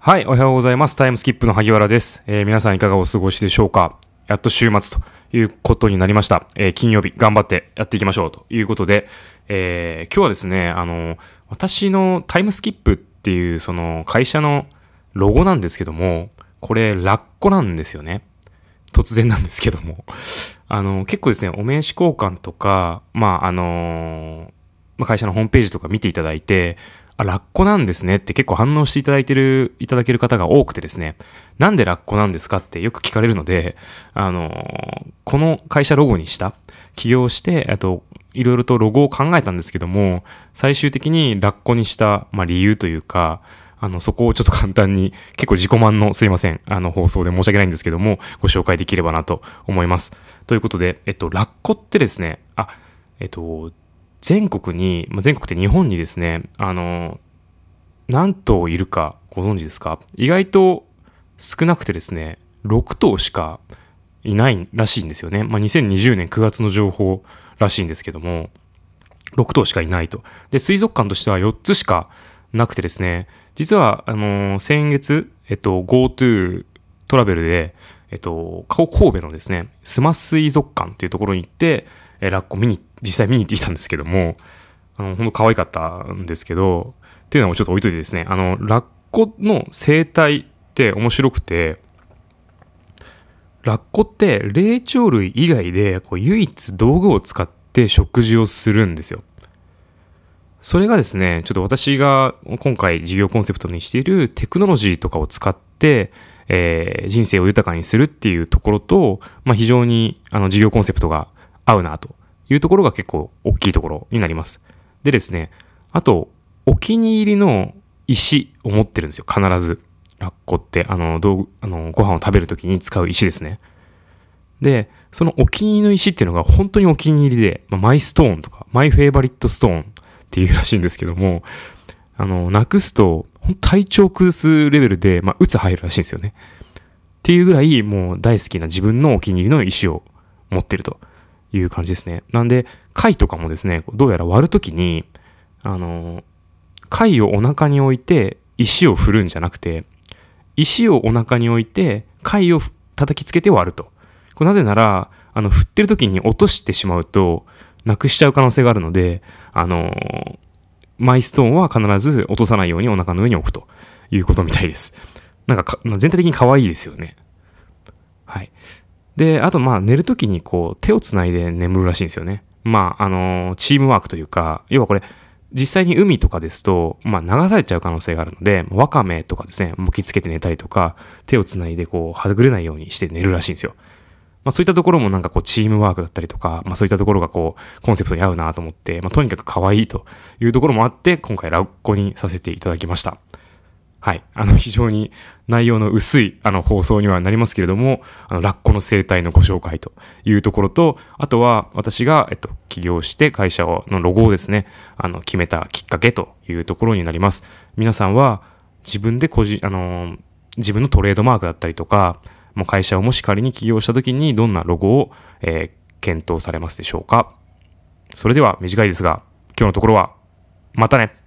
はい、おはようございます。タイムスキップの萩原です。皆さんいかがお過ごしでしょうか。やっと週末ということになりました。金曜日頑張ってやっていきましょうということで、今日はですね、私のタイムスキップっていうその会社のロゴなんですけども、これラッコなんですよね。突然なんですけども。結構ですね、お名刺交換とか、会社のホームページとか見ていただいて、ラッコなんですねって結構反応していただける方が多くてですね、なんでラッコなんですかってよく聞かれるので、この会社ロゴにした起業して、いろいろとロゴを考えたんですけども、最終的にラッコにした、理由というか、そこをちょっと簡単に、結構自己満のすいません、放送で申し訳ないんですけども、ご紹介できればなと思います。ということで、ラッコってですね、全国って日本にですね、何頭いるかご存知ですか？意外と少なくてですね、6頭しかいないらしいんですよね。2020年9月の情報らしいんですけども、6頭しかいないと。で、水族館としては4つしかなくてですね、実は、先月、GoTo トラベルで、神戸のですね、須磨水族館っていうところに行って、ラッコ実際見に行ってきたんですけども、本当可愛かったんですけど、っていうのもちょっと置いといてですね、ラッコの生態って面白くて、ラッコって霊長類以外で唯一道具を使って食事をするんですよ。それがですね、ちょっと私が今回事業コンセプトにしているテクノロジーとかを使って、人生を豊かにするっていうところと、非常に事業コンセプトが合うなというところが結構大きいところになります。でですね、あと、お気に入りの石を持ってるんですよ、必ず。ラッコって、ご飯を食べるときに使う石ですね。で、そのお気に入りの石っていうのが本当にお気に入りで、マイストーンとか、マイフェイバリットストーンっていうらしいんですけども、なくすと、体調崩すレベルで、鬱入るらしいんですよね。っていうぐらい、もう大好きな自分のお気に入りの石を持ってるという感じですね。なんで、貝とかもですね、どうやら割るときに、貝をお腹に置いて石を振るんじゃなくて、石をお腹に置いて貝を叩きつけて割ると。これなぜなら、振ってる時に落としてしまうと、なくしちゃう可能性があるので、マイストーンは必ず落とさないようにお腹の上に置くということみたいです。全体的に可愛いですよね。はい。で、あと寝る時に手をつないで眠るらしいんですよね。チームワークというか、要はこれ、実際に海とかですと、流されちゃう可能性があるので、ワカメとかですね、巻きつけて寝たりとか、手をつないではぐれないようにして寝るらしいんですよ。そういったところもチームワークだったりとか、そういったところがコンセプトに合うなと思って、とにかく可愛いというところもあって、今回ラッコにさせていただきました。はい。非常に内容の薄い、放送にはなりますけれども、ラッコの生態のご紹介というところと、あとは私が、起業して会社のロゴをですね、決めたきっかけというところになります。皆さんは自分で自分のトレードマークだったりとか、もう会社をもし仮に起業した時にどんなロゴを、検討されますでしょうか。それでは短いですが、今日のところは、またね。